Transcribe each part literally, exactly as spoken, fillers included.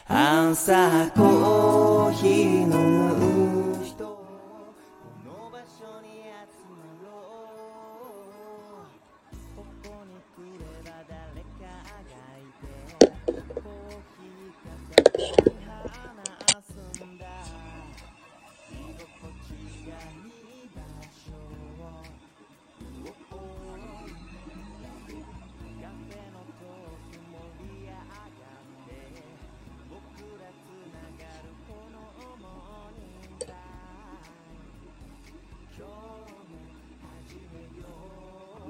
朝コーヒー飲む人この場所に集まろうここに来れば誰かがいてコーヒー片手に話すんだ居心地がいい場所カフェのトーク盛り上がって僕らつながるこのモーニングタイム今日も始めよう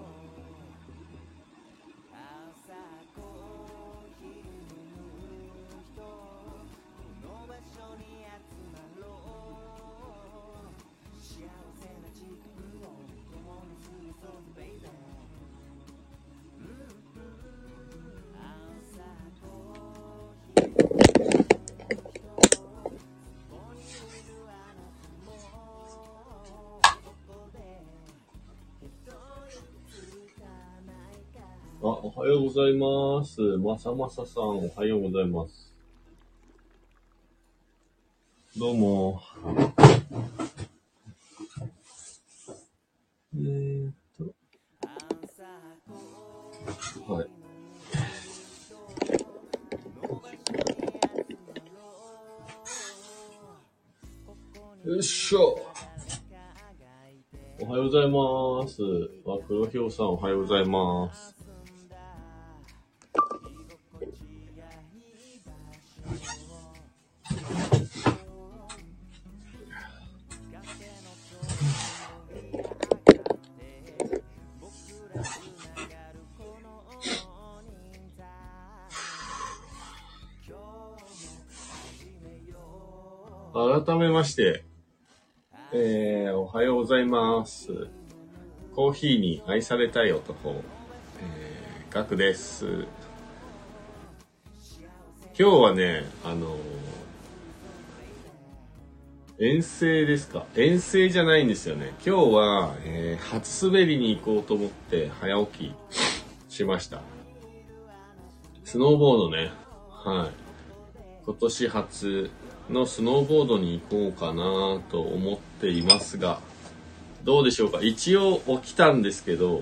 朝コーヒー飲む人この場所に集まろう幸せな時間を共に過ごそうベイベーあ、おはようございます。まさまささん、おはようございます。どうも。えーっと。はい。よいしょ。おはようございます。あ、黒ひょうさん、おはようございます。改めまして、えー、おはようございます。コーヒーに愛されたい男、えー、ガクです。今日はね、あのー、遠征ですか？遠征じゃないんですよね。今日は、えー、初滑りに行こうと思って早起きしました。スノーボードね、はい。今年初のスノーボードに行こうかなと思っていますが、どうでしょうか。一応起きたんですけど、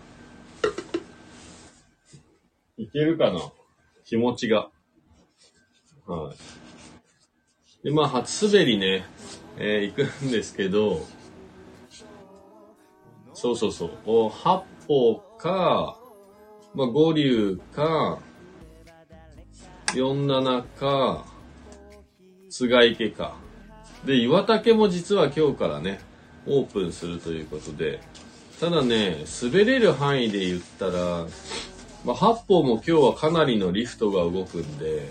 いけるかな、気持ちが。はい。で、まあ、初滑りね、えー、行くんですけど、そうそうそう、八方か、まあ、五竜か、四七か、津賀池か。で、岩岳も実は今日からね、オープンするということで、ただね、滑れる範囲で言ったら、まあ、八方も今日はかなりのリフトが動くんで、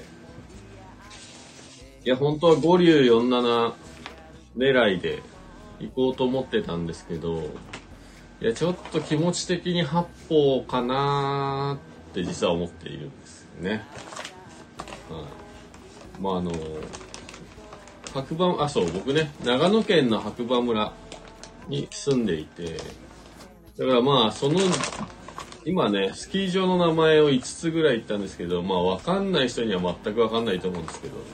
いや、本当は五竜四七狙いで行こうと思ってたんですけど、いや、ちょっと気持ち的に八方かなーって実は思っているんですよね。はい。まあ、あの、白馬、あ、そう、僕ね、長野県の白馬村に住んでいて、だからまあ、その、今ね、スキー場の名前をいつつぐらい言ったんですけど、まあ、わかんない人には全くわかんないと思うんですけど、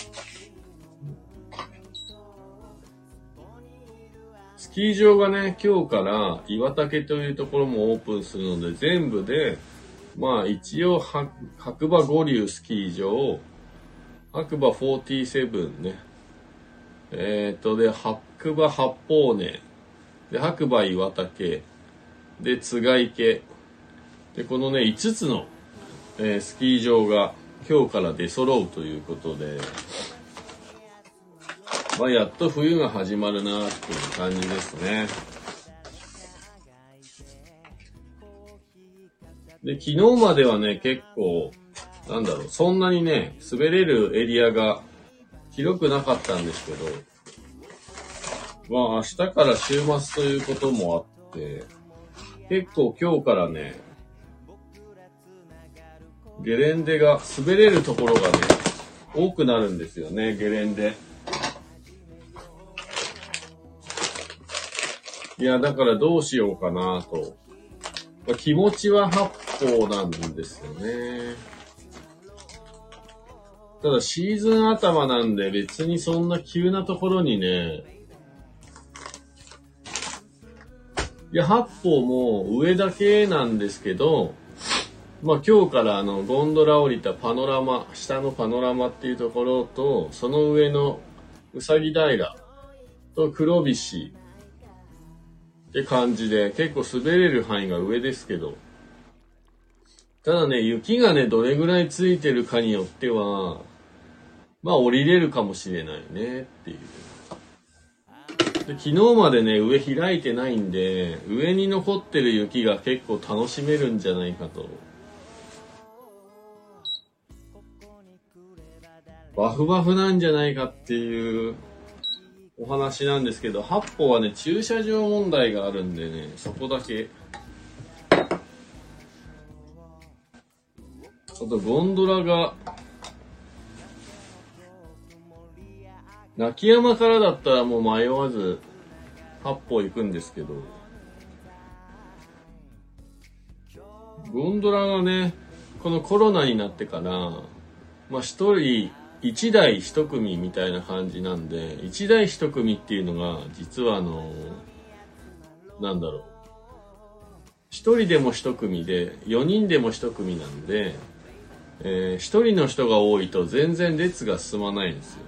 スキー場がね、今日から岩岳というところもオープンするので、全部で、まあ一応、白馬五竜スキー場、白馬よんじゅうななね、えっと、で、白馬八方根、で、白馬岩岳、で、津賀池、で、このね、いつつの、えー、スキー場が今日から出揃うということで、まあ、やっと冬が始まるなっていう感じですね。で、昨日まではね、結構、なんだろう、そんなにね、滑れるエリアが広くなかったんですけど、まあ明日から週末ということもあって、結構今日からね、ゲレンデが滑れるところがね、多くなるんですよね、ゲレンデ。いや、だからどうしようかなと。まあ、気持ちは八方なんですよね。 ただシーズン頭なんで別にそんな急なところにね、いや、八方も上だけなんですけど、まあ今日からあのゴンドラ降りたパノラマ、下のパノラマっていうところと、その上のうさぎ平と黒菱って感じで結構滑れる範囲が上ですけど、ただね、雪がね、どれぐらいついてるかによっては、まあ降りれるかもしれないねっていう。で、昨日までね、上開いてないんで、上に残ってる雪が結構楽しめるんじゃないかと。バフバフなんじゃないかっていうお話なんですけど、八方はね、駐車場問題があるんでね、そこだけ。あとゴンドラが、泣山からだったらもう迷わず八方行くんですけど、ゴンドラがね、このコロナになってから、まあ一人一台一組みたいな感じなんで、一台一組っていうのが実はあの、なんだろう、一人でも一組で、四人でも一組なんで、えー、一人の人が多いと全然列が進まないんですよ。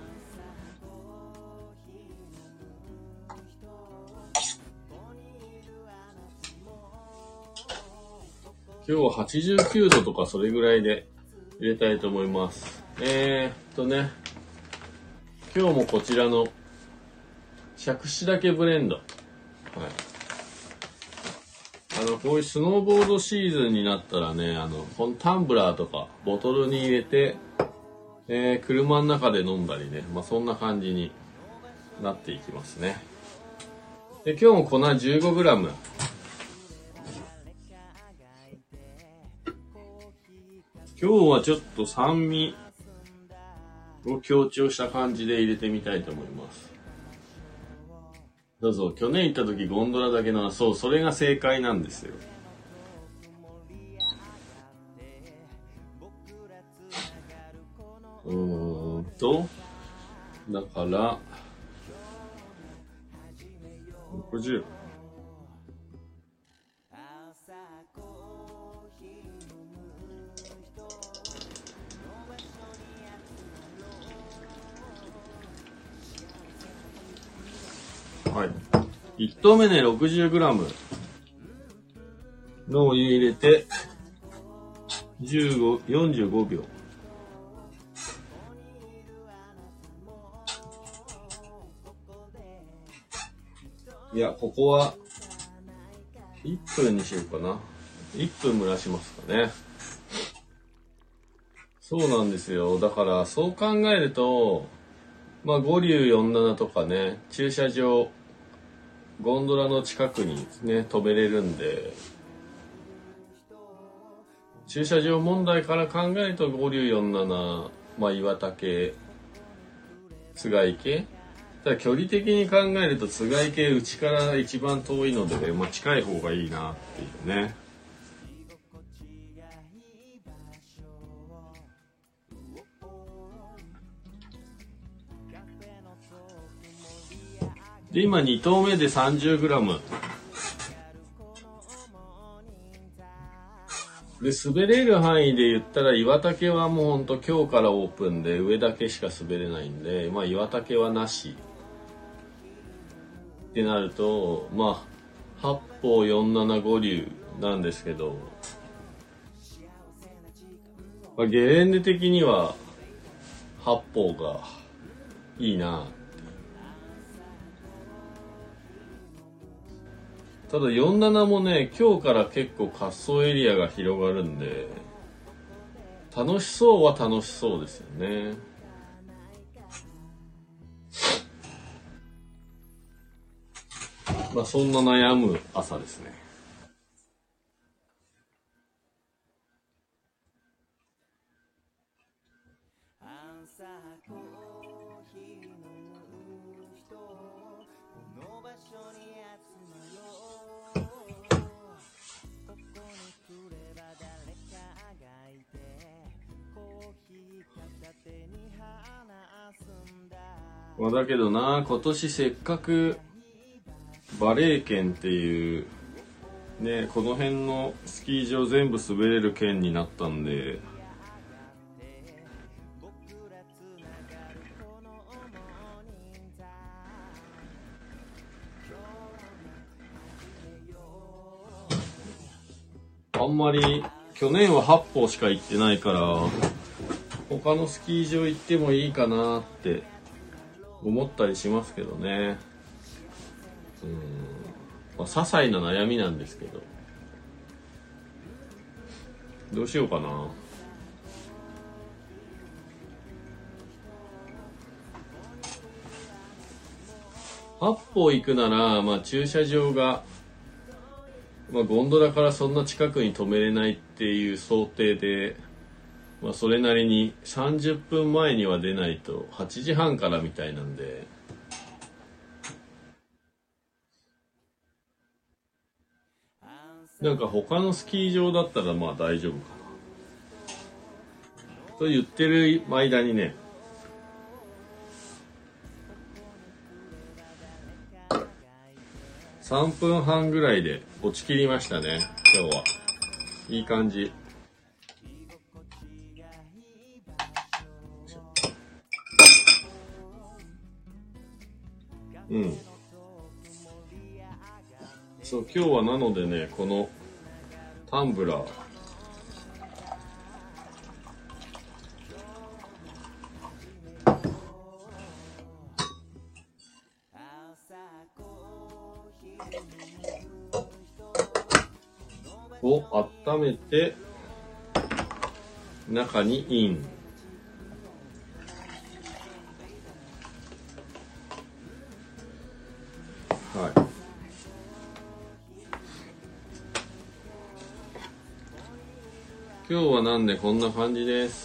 今日ははちじゅうきゅうどとかそれぐらいで入れたいと思います。えー、っとね、今日もこちらの杓子岳ブレンド。はい。あの、こういうスノーボードシーズンになったらね、あの、このタンブラーとかボトルに入れて、えー、車の中で飲んだりね、まあそんな感じになっていきますね。で、今日も粉 じゅうごグラム。今日はちょっと酸味を強調した感じで入れてみたいと思います。どうぞ、去年行った時ゴンドラだけの、そう、それが正解なんですよ。うーんと、だから、ろくじゅう。はい。いち投目ね、ろくじゅうグラム のお湯入れて、じゅうご、よんじゅうごびょう。いや、ここはいっぷんにしようかな。いっぷん蒸らしますかね。そうなんですよ。だから、そう考えると、まあ、五竜よんじゅうななとかね、駐車場、ゴンドラの近くにね、飛べれるんで、駐車場問題から考えると五竜よんじゅうなな、まあ、岩竹、津賀池。ただ距離的に考えると津賀池うちから一番遠いので、まあ、近い方がいいなっていうね。で、今に投目で さんじゅうグラム。で、滑れる範囲で言ったら岩竹はもうほんと今日からオープンで上だけしか滑れないんで、まあ岩竹はなし。ってなると、まあ、八方よんじゅうなな五竜なんですけど、まあ、ゲレンデ的には八方がいいな。ただよんじゅうななもね、今日から結構滑走エリアが広がるんで、楽しそうは楽しそうですよね。まあそんな悩む朝ですね。 まあだけどな、今年せっかくバレー圏っていうね、この辺のスキー場全部滑れる県になったんで、あんまり去年ははっぽうしか行ってないから他のスキー場行ってもいいかなって思ったりしますけどね。うん、まあ、些細な悩みなんですけど、どうしようかな。八方行くなら、まあ、駐車場が、まあ、ゴンドラからそんな近くに止めれないっていう想定で、まあ、それなりにさんじゅっぷんまえには出ないとはちじはんからみたいなんで、なんか他のスキー場だったらまあ大丈夫かなと言ってる間にね、さんぷんはんぐらいで落ちきりましたね。今日はいい感じ。うん。そう、今日はなのでね、このタンブラーを温めて中にイン。はい。今日はなんでこんな感じです。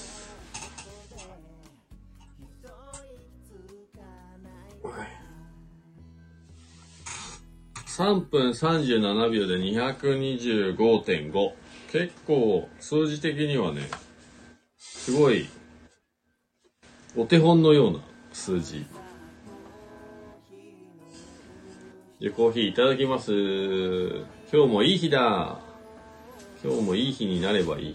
さんぷんさんじゅうななびょうで にひゃくにじゅうごてんご。結構数字的にはね、すごいお手本のような数字。で、コーヒーいただきます。今日もいい日だ。今日もいい日になればいい。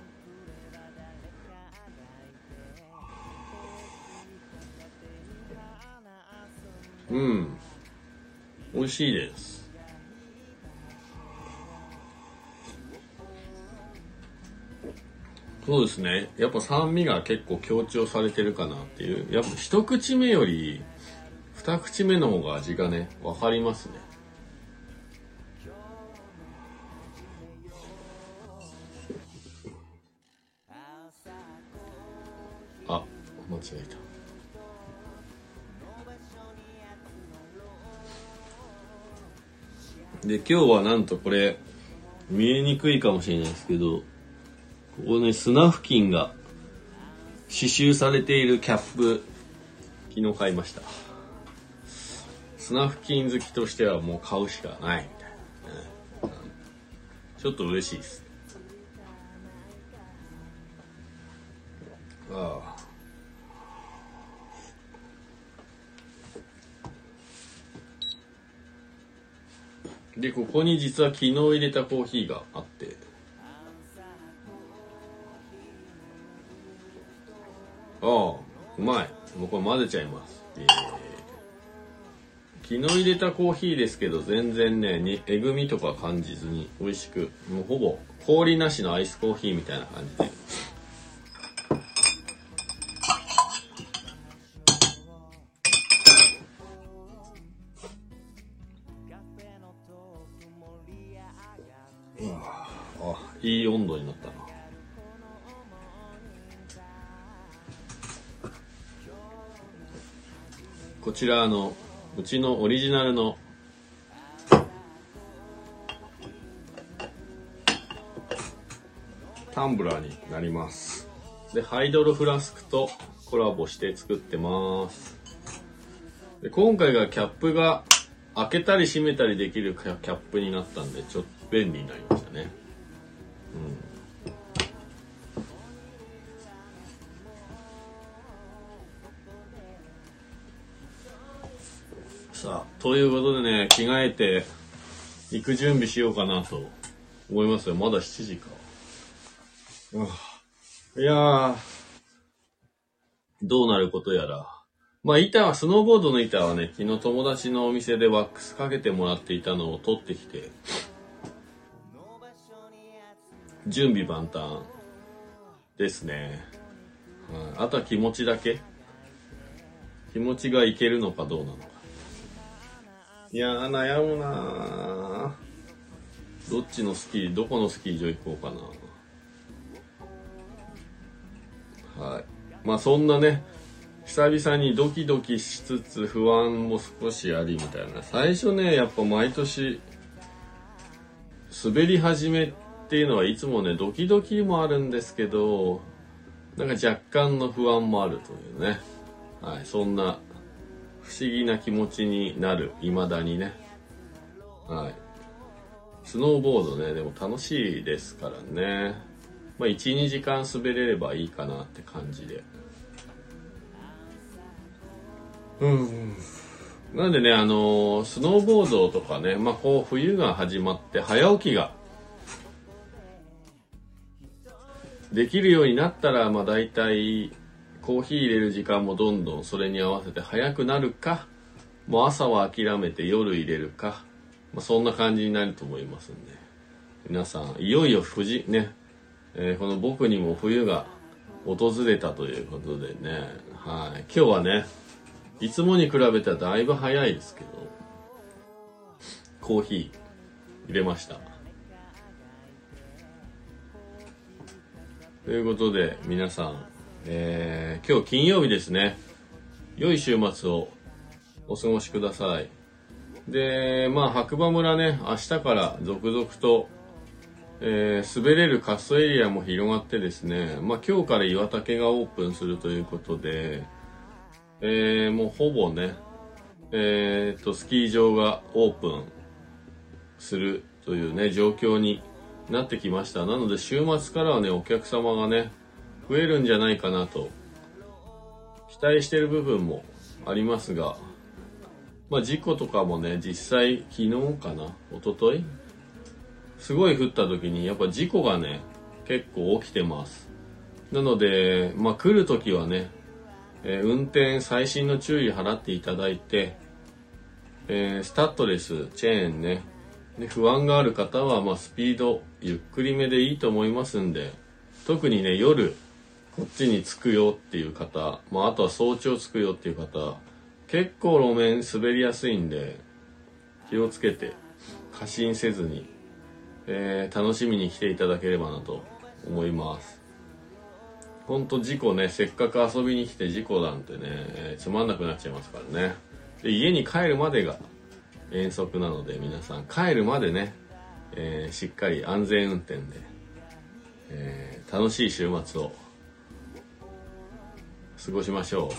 うん。美味しいです。そうですね。やっぱ酸味が結構強調されてるかなっていう。やっぱ一口目より二口目の方が味がね、わかりますね。あ、間違えた。で、今日はなんとこれ、見えにくいかもしれないですけど、ここね、スナフキンが刺繍されているキャップ、昨日買いました。スナフキン好きとしてはもう買うしかないみたいな、ね、ちょっと嬉しいです。ああ。で、ここに実は昨日入れたコーヒーがあって、ああ、うまい。もうこれ混ぜちゃいます。えー、昨日入れたコーヒーですけど、全然ね、にえぐみとか感じずに美味しく、もうほぼ氷なしのアイスコーヒーみたいな感じで。あ、いい温度になったな。こちらのうちのオリジナルのタンブラーになります。で、ハイドロフラスクとコラボして作ってます。で、今回がキャップが開けたり閉めたりできるキャップになったんで、ちょっと便利になりましたね。うん。 さあ、ということでね、着替えて行く準備しようかなと思いますよ。まだしちじか。いやー、どうなることやら。まあ板は、スノーボードの板はね、昨日友達のお店でワックスかけてもらっていたのを取ってきて、準備万端ですね。はい、あとは気持ちだけ。気持ちがいけるのかどうなのか。いやー、悩むなー。どっちのスキー、どこのスキー場行こうかな。はい。まあそんなね、久々にドキドキしつつ不安も少しありみたいな。最初ね、やっぱ毎年滑り始めっていうのはいつもね、ドキドキもあるんですけど、なんか若干の不安もあるというね。はい、そんな不思議な気持ちになる、未だにね。はい。スノーボードね、でも楽しいですからね。まあいち、にじかん滑れればいいかなって感じで。うん。なんでね、あのー、スノーボードとかね、まあこう冬が始まって早起きができるようになったら、まあ大体コーヒー入れる時間もどんどんそれに合わせて早くなるか、もう朝は諦めて夜入れるか、まあそんな感じになると思いますんで。皆さん、いよいよ冬ね、えー、この僕にも冬が訪れたということでね、はい。今日はね、いつもに比べたらだいぶ早いですけど、コーヒー入れました。ということで、皆さん、えー、今日金曜日ですね。良い週末をお過ごしください。で、まあ、白馬村ね、明日から続々と、えー、滑れる滑走エリアも広がってですね、まあ、今日から岩岳がオープンするということで、えー、もうほぼね、えー、っと、スキー場がオープンするというね、状況になってきました。なので週末からはね、お客様がね、増えるんじゃないかなと、期待してる部分もありますが、まあ事故とかもね、実際昨日かな、一昨日すごい降った時にやっぱ事故がね、結構起きてます。なので、まあ来る時はね、えー、運転細心の注意払っていただいて、えー、スタッドレス、チェーンね、で不安がある方は、まあ、スピードゆっくりめでいいと思いますんで、特にね、夜こっちに着くよっていう方、まあ、あとは早朝着くよっていう方、結構路面滑りやすいんで、気をつけて過信せずに、えー、楽しみに来ていただければなと思います。ほんと事故ね、せっかく遊びに来て事故なんてね、えー、つまんなくなっちゃいますからね。で、家に帰るまでが遠足なので、皆さん帰るまでね、えー、しっかり安全運転で、えー、楽しい週末を過ごしましょう。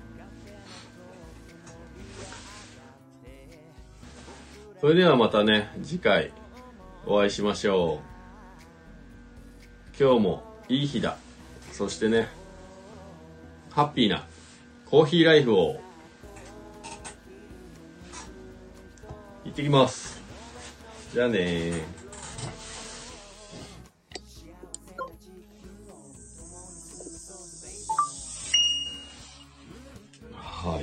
それではまたね、次回お会いしましょう。今日もいい日だ。そしてね、ハッピーなコーヒーライフを行ってきます。じゃあねー。はい。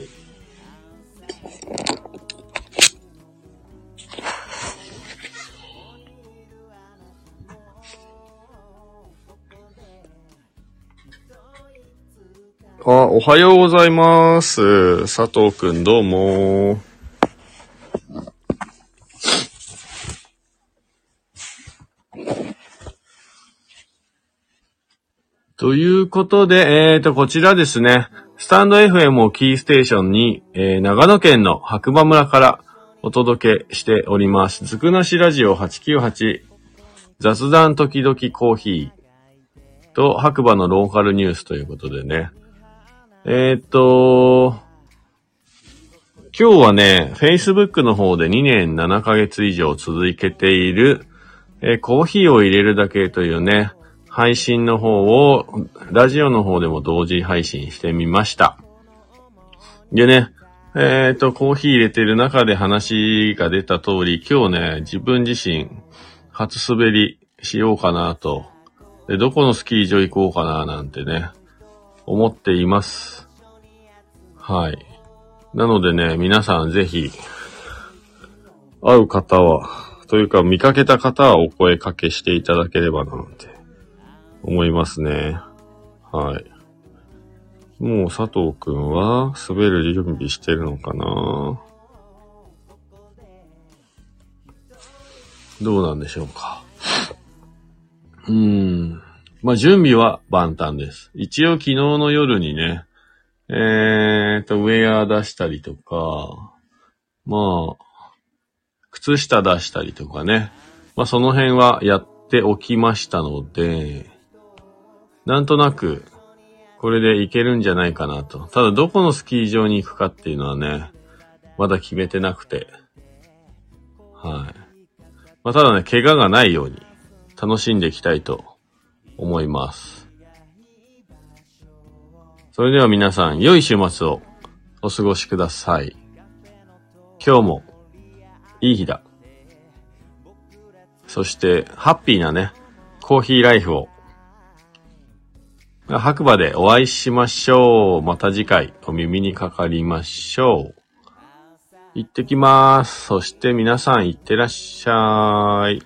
あ、おはようございます。佐藤くんどうも。ということで、えーと、こちらですね、スタンド エフエム をキーステーションに、えー、長野県の白馬村からお届けしております。ずくなしラジオはちきゅうはち、雑談時々コーヒーと白馬のローカルニュースということでね。えーと、今日はね、Facebook の方でにねんななかげつ以上続けている、えー、コーヒーを入れるだけというね、配信の方を、ラジオの方でも同時配信してみました。でね、 えっと、コーヒー入れてる中で話が出た通り、今日ね、自分自身、初滑りしようかなと。で、どこのスキー場行こうかななんてね、思っています。はい。なのでね、皆さんぜひ、会う方は、というか見かけた方はお声かけしていただければななんて思いますね。はい。もう佐藤くんは滑る準備してるのかな？どうなんでしょうか。うーん。まあ、準備は万端です。一応昨日の夜にね、えーと、ウェア出したりとか、まあ、靴下出したりとかね。まあ、その辺はやっておきましたので、なんとなく、これでいけるんじゃないかなと。ただどこのスキー場に行くかっていうのはね、まだ決めてなくて。はい。まあ、ただね、怪我がないように楽しんでいきたいと思います。それでは皆さん、良い週末をお過ごしください。今日もいい日だ。そして、ハッピーなね、コーヒーライフを白馬でお会いしましょう。また次回お耳にかかりましょう。行ってきます。そして皆さん行ってらっしゃい。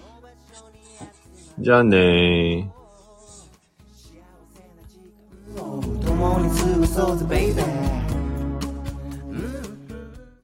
じゃあねー。共に過ごそうぜ、ベイベー。